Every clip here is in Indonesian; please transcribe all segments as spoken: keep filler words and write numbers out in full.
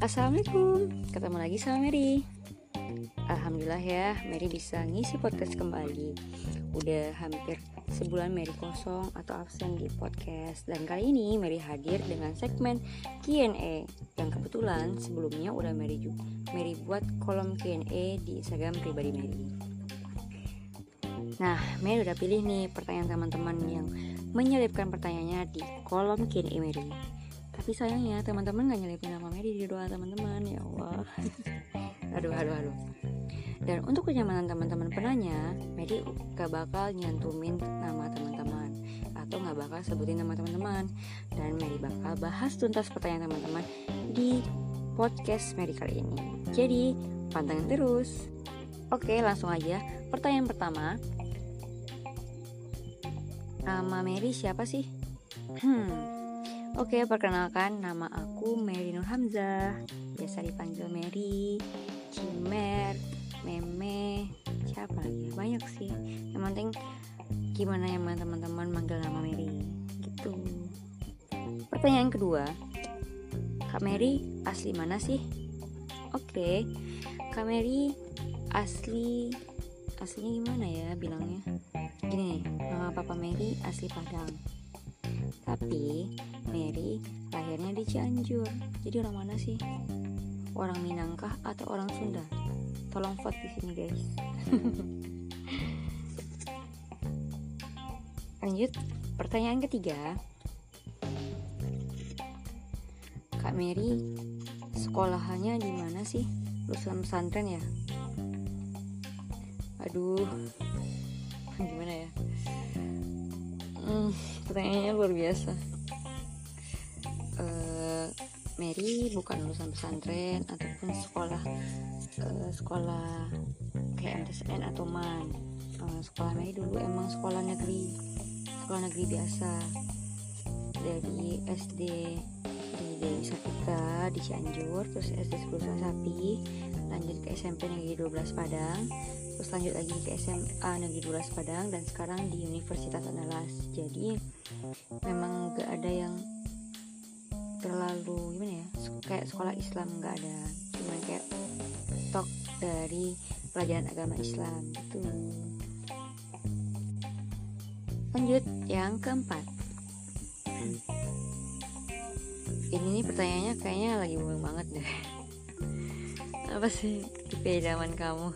Assalamualaikum, ketemu lagi sama Mary. Alhamdulillah ya, Mary bisa ngisi podcast kembali. Udah hampir sebulan Mary kosong atau absen di podcast. Dan kali ini Mary hadir dengan segmen Q and A yang kebetulan sebelumnya udah Mary juga Mary buat kolom Q and A di Instagram pribadi Mary. Nah, Mary udah pilih nih pertanyaan teman-teman yang menyelipkan pertanyaannya di kolom Q and A Mary. Tapi sayangnya teman-teman gak nyelipin nama Mary di doa teman-teman. Ya Allah. Aduh, aduh, aduh. Dan untuk kenyamanan teman-teman penanya, Mary gak bakal nyantumin nama teman-teman atau gak bakal sebutin nama teman-teman. Dan Mary bakal bahas tuntas pertanyaan teman-teman di podcast Mary kali ini. Jadi, pantengin terus. Oke, langsung aja. Pertanyaan pertama. Nama Mary siapa sih? Hmm... Oke, perkenalkan, nama aku Mary Nur Hamzah. Biasa dipanggil Mary, Cimer, Meme, siapa lagi? Banyak sih. Yang penting gimana yang teman-teman manggil nama Mary gitu. Pertanyaan kedua, Kak Mary asli mana sih? Oke, Kak Mary asli aslinya gimana ya bilangnya? Gini nih, nama Papa Mary asli Padang. Tapi Mary lahirnya di Cianjur. Jadi orang mana sih? Orang Minangkah atau orang Sunda? Tolong vote di sini guys. Lanjut, pertanyaan ketiga. Kak Mary sekolahannya di mana sih? Lulusan pesantren ya? Aduh, gimana ya? Hmm, pertanyaannya luar biasa. uh, Mary bukan lulusan pesantren ataupun sekolah uh, sekolah kayak M T S N atau M A N. uh, Sekolah Mary dulu emang sekolah negeri, sekolah negeri biasa. Dari S D di Dewi Sartika di Cianjur, terus S D sepuluh Sapi, lanjut ke S M P Negeri dua belas Padang, terus lanjut lagi ke S M A Negeri dua belas Padang, dan sekarang di Universitas Andalas. Jadi memang gak ada yang terlalu gimana ya, kayak sekolah Islam gak ada, cuma kayak tok dari pelajaran agama Islam gitu. Lanjut yang keempat. Ini nih pertanyaannya kayaknya lagi booming banget deh. Apa sih kepedaman kamu?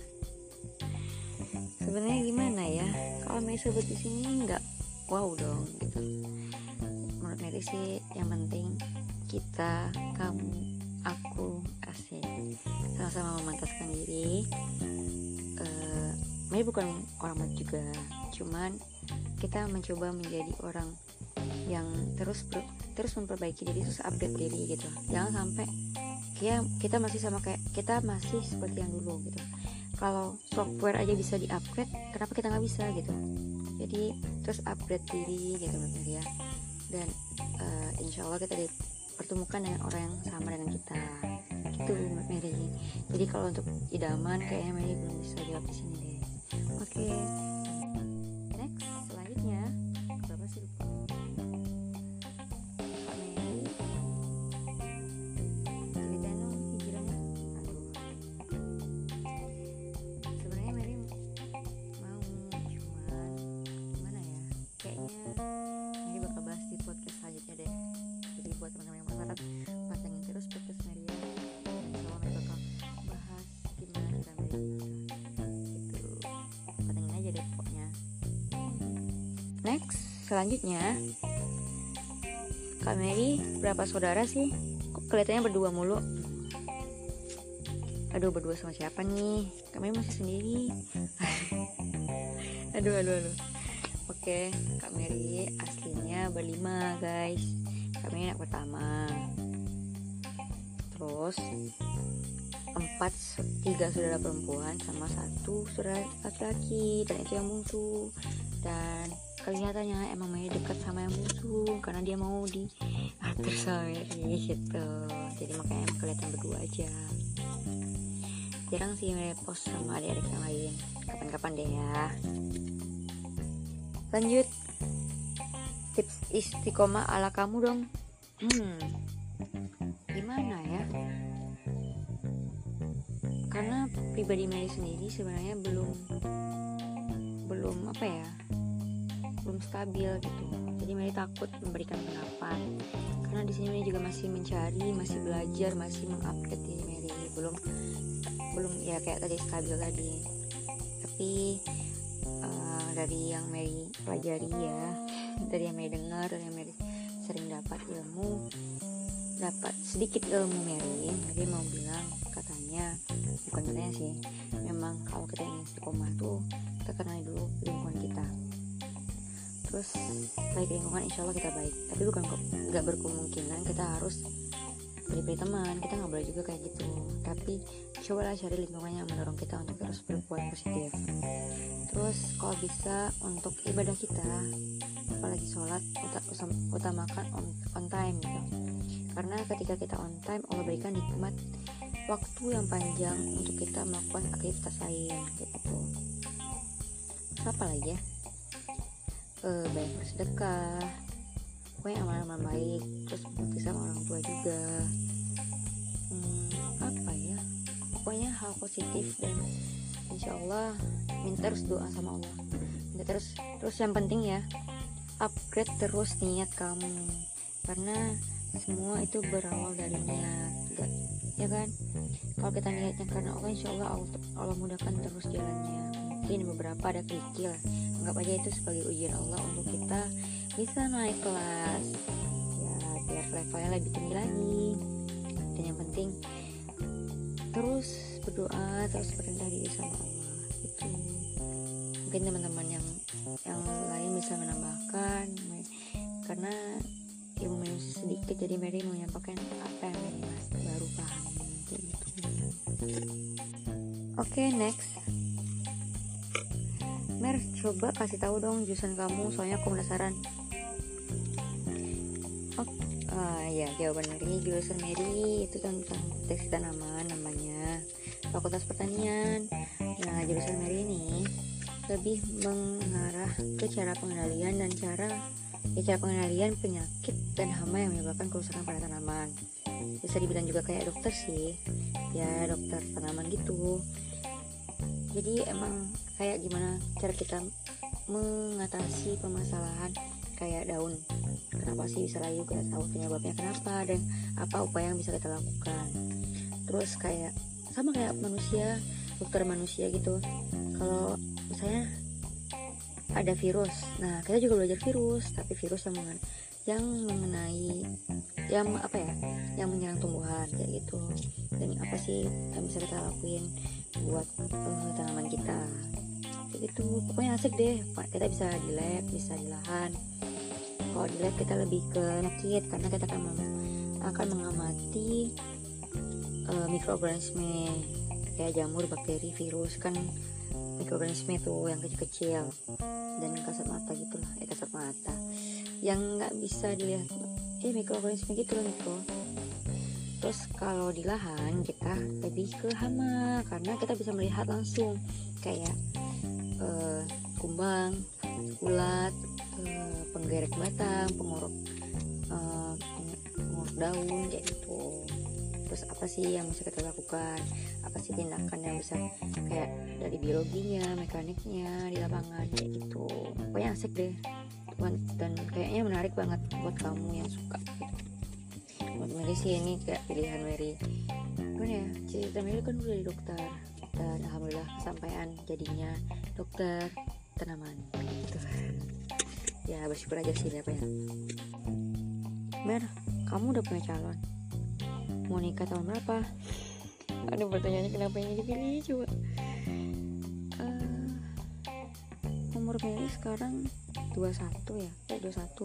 Sebenarnya gimana ya? Kalau Mary sebut di sini nggak wow dong gitu. Menurut Mary sih yang penting kita, kamu, aku asik sama-sama memantaskan diri. Uh, Mary bukan orang mat juga, cuman kita mencoba menjadi orang yang terus ber, terus memperbaiki diri, terus update diri gitu. Jangan sampai kita kita masih sama kayak kita masih seperti yang dulu gitu. Kalau software aja bisa di-upgrade, kenapa kita nggak bisa gitu? Jadi terus upgrade diri gitu benar ya. Dan uh, insya Allah kita dipertemukan dengan orang yang sama dengan kita. Gitu Mary. Jadi kalau untuk idaman kayaknya Mary belum bisa jawab di sini deh. Oke. Okay. Next, selanjutnya berapa sih lupa? Kak Mary. Ceritain dong hijrahnya. Aduh. Sebenarnya Mary mau, cuman gimana ya? Kayaknya Mary bakal bahas di podcast selanjutnya deh. Jadi buat teman-teman yang penasaran, pantengin terus podcast Mary ya. Dan insya Allah Mary bakal bahas gimana cara Mary gitu. Pantengin aja deh pokoknya. Next, selanjutnya Kak Mary berapa saudara sih? Kok kelihatannya berdua mulu? Aduh, berdua sama siapa nih? Kak Mary masih sendiri. Aduh, aduh, aduh. Oke, Kak Mary aslinya berlima guys. Kak Mary anak pertama. Terus empat, tiga saudara perempuan sama satu saudara laki-laki, dan itu yang bungsu. Dan kelihatannya emang Mary dekat sama yang bungsu karena dia mau diatur sama Mary gitu. Jadi makanya kelihatan berdua aja. Jarang sih Mary post sama adik-adik yang lain. Kapan-kapan deh ya. Lanjut, tips istiqomah ala kamu dong. Hmm, gimana ya? karena pribadi Mary sendiri sebenarnya belum belum apa ya belum stabil gitu. Jadi Mary takut memberikan pendapat karena di sini Mary juga masih mencari, masih belajar, masih mengupdate diri Mary, belum belum ya kayak tadi stabil tadi. Tapi uh, dari yang Mary pelajari ya, dari yang Mary dengar, dari yang Mary sering dapat ilmu, dapat sedikit ilmu Mary, Mary mau bilang katanya, bukan katanya sih, memang kalau kita ingin istiqomah tuh kita kenali dulu lingkungan kita. Terus baik lingkungan insya Allah kita baik, tapi bukan kok nggak berkemungkinan kita harus beri teman, kita nggak boleh juga kayak gitu. Tapi cobalah cari lingkungan yang mendorong kita untuk terus berbuat positif. Terus kalau bisa untuk ibadah kita, apalagi sholat, utamakan on, on time gitu. Karena ketika kita on time, Allah berikan nikmat waktu yang panjang untuk kita melakukan aktivitas lain gitu. Apa lagi ya? E, banyak bersedekah, pokoknya amal-amal baik, terus berbakti sama orang tua juga. Hmm, apa ya? Pokoknya hal positif dan insya Allah minta terus doa sama Allah. Minta terus, terus yang penting ya, upgrade terus niat kamu, karena semua itu berawal dari niat, gak, ya kan? Kalau kita niatnya karena Allah, insya Allah Allah, Allah mudahkan terus jalannya. Mungkin beberapa ada kerikil, anggap aja itu sebagai ujian Allah untuk kita bisa naik kelas, ya biar levelnya lebih tinggi lagi. Dan yang penting terus berdoa, terus berrendah diri sama Allah. Itu mungkin teman-teman yang yang lain bisa menambahkan, karena ilmu Mary sedikit, jadi Mary mau menyampaikan apa yang Mary baru paham kayak gitu. Oke, okay, next. Mer, coba kasih tahu dong jurusan kamu, soalnya aku penasaran. Oh, uh, ya jawaban Mary, jurusan Mary itu tentang teknik tanaman namanya, Fakultas Pertanian. Nah, jurusan Mary ini lebih mengarah ke cara pengendalian dan cara ya cara pengendalian penyakit dan hama yang menyebabkan kerusakan pada tanaman. Bisa dibilang juga kayak dokter sih, ya dokter tanaman gitu. Jadi emang kayak gimana cara kita mengatasi permasalahan kayak daun, kenapa sih bisa layu, kita tahu penyebabnya kenapa dan apa upaya yang bisa kita lakukan. Terus kayak sama kayak manusia, dokter manusia gitu, kalau misalnya ada virus, nah kita juga belajar virus, tapi virus yang mengenai, yang mengenai yang apa ya yang menyerang tumbuhan kayak gitu, dan apa sih yang bisa kita lakuin buat uh, tanaman kita kayak gitu. Pokoknya asik deh, kita bisa di lab, bisa di lahan. Kalau di lab kita lebih ke penyakit, karena kita akan akan mengamati uh, mikroorganisme kayak jamur, bakteri, virus, kan mikroorganisme tuh yang kecil-kecil dan kasat mata gitulah, eh kasat mata yang nggak bisa dilihat, eh mikroorganisme gitu loh mikro. Terus kalau di lahan kita lebih ke hama, karena kita bisa melihat langsung kayak uh, kumbang, ulat, uh, penggerek batang, pengorok uh, pengorok daun kayak gitu. Terus apa sih yang bisa kita lakukan, apa sih tindakan yang bisa kayak dari biologinya, mekaniknya di lapangan kayak gitu. Pokoknya asik deh dan kayaknya menarik banget buat kamu yang suka gitu. Buat Mary sih ini kayak pilihan Mary, gimana ya, cerita Mary kan udah jadi dokter dan alhamdulillah kesampaian jadinya dokter tanaman gitu. Ya bersyukur aja sih apa ya. Mer, kamu udah punya calon, mau nikah tahun berapa? Aduh, pertanyaannya kenapa ini dipilih coba. uh, Umur Mary sekarang dua puluh satu ya, eh dua puluh satu.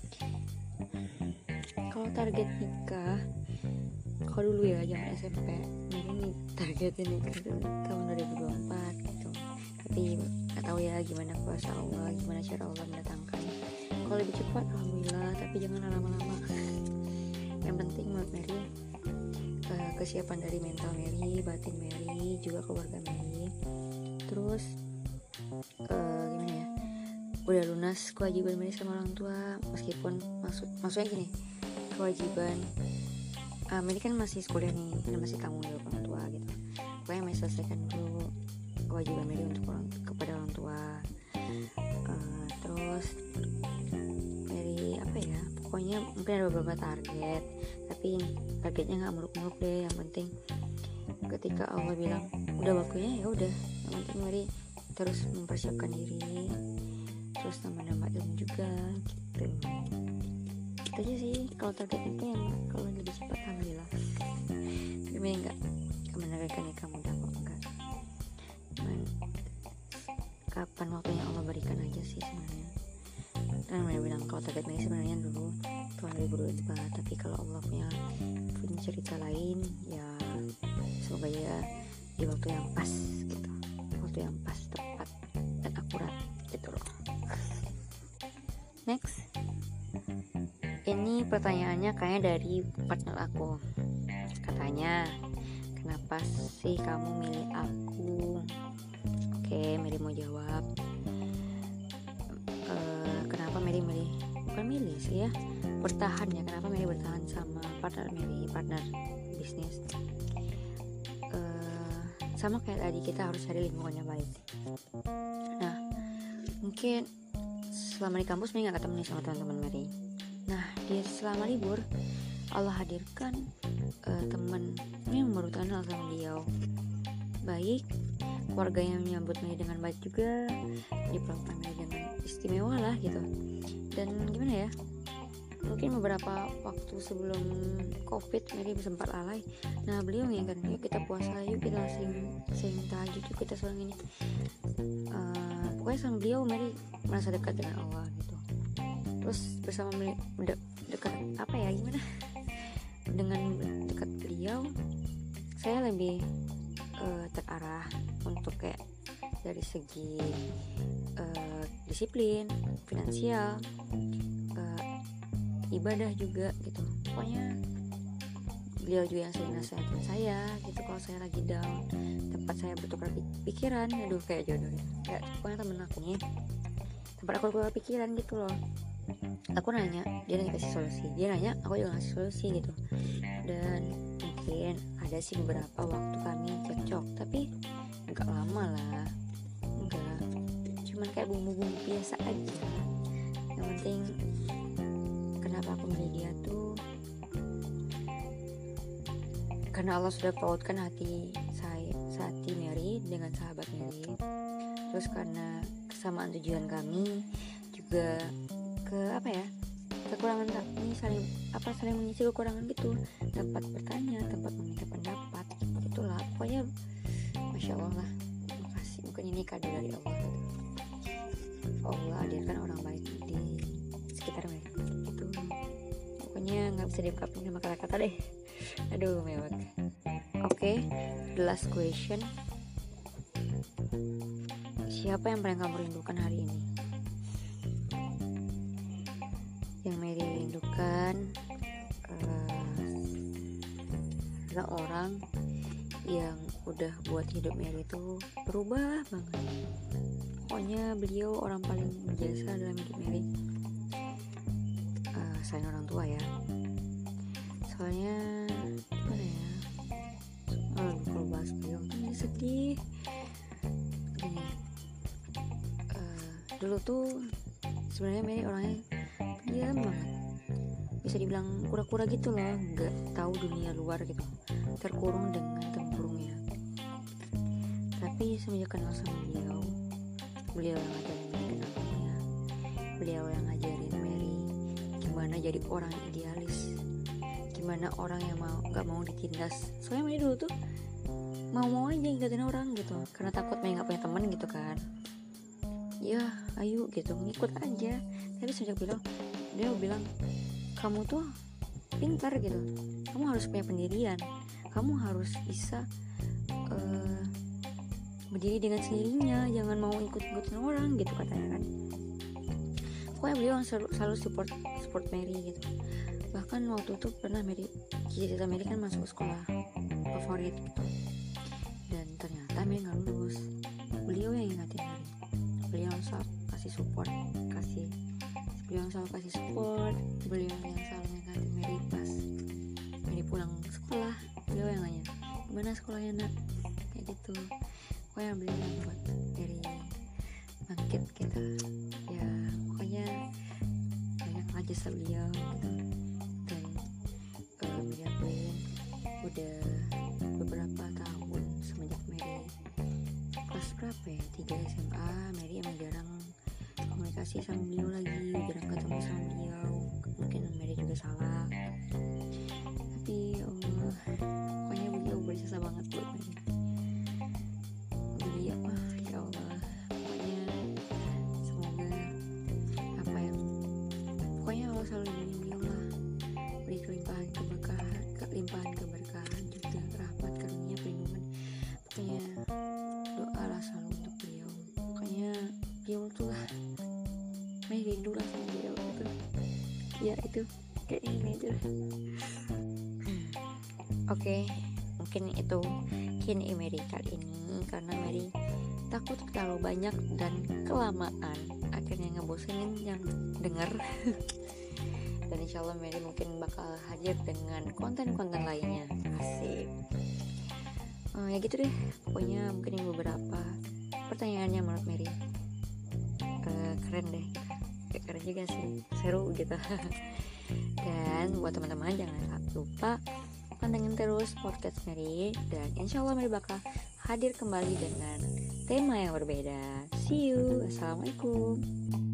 Kalau target nikah, kalau dulu ya zaman S M P, Mary nih targetnya nikah tuh tahun dua ribu dua puluh empat gitu. Tapi nggak tahu ya gimana kuasa Allah, gimana cara Allah mendatangkan. Kalau lebih cepat alhamdulillah, tapi jangan lama-lama. Yang penting menurut Mary, uh, kesiapan dari mental Mary, batin Mary, juga keluarga Mary. Terus uh, gimana ya, udah lunas kewajiban Mary sama orang tua, meskipun maksud maksudnya gini, kewajiban uh, Mary kan masih sekolah nih dan masih tanggung jawab orang tua gitu. pokoknya Mary selesaikan dulu kewajiban Mary untuk orang, kepada orang tua. Uh, terus Mary apa ya, pokoknya mungkin ada beberapa target, tapi targetnya nggak muluk-muluk deh. Yang penting ketika Allah bilang udah waktunya, ya udah. Yang penting Mary terus mempersiapkan diri, terus nambah-nambah ilmu juga gitu. Itu aja sih kalau target itu, yang kalau lebih cepat alhamdulillah. Tapi Mary nggak menargetkan nikah muda kok, enggak. Cuman kapan waktunya Allah berikan aja sih sebenarnya. Dan Mary bilang kalau target Mary sebenarnya dulu tahun dua ribu dua puluh empat, tapi kalau Allah punya punya cerita lain, ya semoga ya di waktu yang pas gitu, waktu yang pas, tepat dan akurat gitu loh. Next, ini pertanyaannya kayaknya dari partner aku. Katanya, kenapa sih kamu milih aku? Oke, Mary mau jawab. Uh, kenapa Mary milih? Bukan milih sih ya, bertahan ya. Kenapa Mary bertahan sama partner Mary, partner bisnis? Uh, sama kayak tadi, kita harus cari lingkungan yang baik. Nah, mungkin selama di kampus Mary gak ketemu nih sama teman-teman Mary. Nah, di selama libur Allah hadirkan uh, teman yang baru kenal sama beliau. Baik, keluarga yang menyambut Mary dengan baik juga, diperlakukan Mary dengan istimewa lah gitu. Dan gimana ya, mungkin beberapa waktu sebelum covid Mary sempat lalai. Nah beliau mengingatkan, yuk kita puasa, yuk kita sering sering tahajud, yuk kita sering ini. Uh, pokoknya sama beliau Mary merasa dekat dengan Allah gitu. Terus bersama Mary de- dekat apa ya gimana? Dengan dekat beliau, saya lebih uh, terarah untuk kayak dari segi uh, disiplin, finansial, uh, ibadah juga gitu. Pokoknya beliau juga yang sering nasihatin saya gitu kalau saya lagi down, tempat saya bertukar pikiran. Aduh kayak jodoh ya, kayak pokoknya temen aku nih, tempat aku bertukar pikiran gitu loh. Aku nanya, dia nanya kasih solusi, dia nanya, aku juga ngasih solusi gitu. Dan mungkin ada sih beberapa waktu kami cocok, tapi nggak lama lah, enggak, cuman kayak bumbu-bumbu biasa aja. Yang penting kenapa aku milih dia tuh karena Allah sudah pautkan hati saya, hati Mary dengan sahabat Mary. Terus karena kesamaan tujuan kami, juga ke apa ya, kekurangan kami saling apa saling mengisi kekurangan gitu, tempat bertanya, tempat meminta pendapat itulah. Pokoknya masya Allah lah, makasih, mungkin ini kado dari Allah gitu. Allah hadirkan orang baik di sekitar mereka gitu. Pokoknya nggak bisa diungkapin sama kata-kata deh. Aduh mewek. Oke, okay, the last question. Siapa yang paling kamu rindukan hari ini? Yang Mary rindukan uh, adalah orang yang udah buat hidup Mary itu berubah banget. Pokoknya beliau orang paling berjasa dalam hidup Mary. Uh, selain orang tua ya. Soalnya gimana ya? Oh, kalau bahas beliau tuh sedih. Gini, uh, dulu tuh sebenarnya Mary orangnya diam banget, bisa dibilang kura-kura gitu loh, nggak tahu dunia luar gitu, terkurung dengan tempurungnya. Tapi semenjak kenal sama beliau, beliau yang ngajarin Mary kenal dunia, beliau yang ngajarin Mary gimana jadi orang yang idealis, gimana orang yang mau nggak mau ditindas. Soalnya Mary dulu tuh mau-mau aja ngikutin orang gitu, karena takut Mary nggak punya teman gitu kan. Ya ayo gitu ngikut aja. Tapi sejak beliau dia bilang, kamu tuh pintar gitu, kamu harus punya pendirian, kamu harus bisa uh, berdiri dengan sendirinya, jangan mau ikut-ikutin orang gitu katanya kan. Pokoknya beliau selalu, selalu support support Mary gitu. Bahkan waktu itu pernah Mary, cita-cita Mary kan masuk sekolah favorit gitu, dan ternyata Mary nggak lulus. Beliau yang ingatin Mary, beliau selalu kasih support, kasih beliau yang selalu kasih support, beliau yang selalu ngingatin Mary pas Mary pulang sekolah. Beliau yang nanya, gimana sekolahnya nak, kayak gitu. Pokoknya beliau buat dari bangkit gitu ya, pokoknya banyak aja sama beliau gitu. Dan uh, Mary akuin udah beberapa tahun semenjak Mary kelas berapa ya, tiga S M A, Mary emang jarang komunikasi sama beliau lagi, jarang ketemu sama beliau. Mungkin Mary juga salah, tapi ya Allah, pokoknya beliau berjasa banget buat Mary. Beliau ah ya Allah, pokoknya semoga apa yang pokoknya Allah selalu lindungi beliau lah, beri kelimpahan keberkahan, kelimpahan keberkahan juga rahmat karunia perlindungan. Pokoknya doalah selalu untuk beliau. Pokoknya beliau tuh lah, Mary rindu lah sama beliau gitu. Ya itu kayak ini aja. Oke, mungkin itu kini Mary kali ini, karena Mary takut terlalu banyak dan kelamaan akhirnya ngebosenin yang denger. Dan insya Allah Mary mungkin bakal hadir dengan konten-konten lainnya. Asik. Uh, ya gitu deh, pokoknya mungkin ini beberapa pertanyaannya menurut Mary uh, keren deh, kayak keren juga sih, seru gitu. Dan buat teman-teman jangan lupa pantengin terus podcast Mary, dan insya Allah Mary bakal hadir kembali dengan tema yang berbeda. See you, assalamualaikum.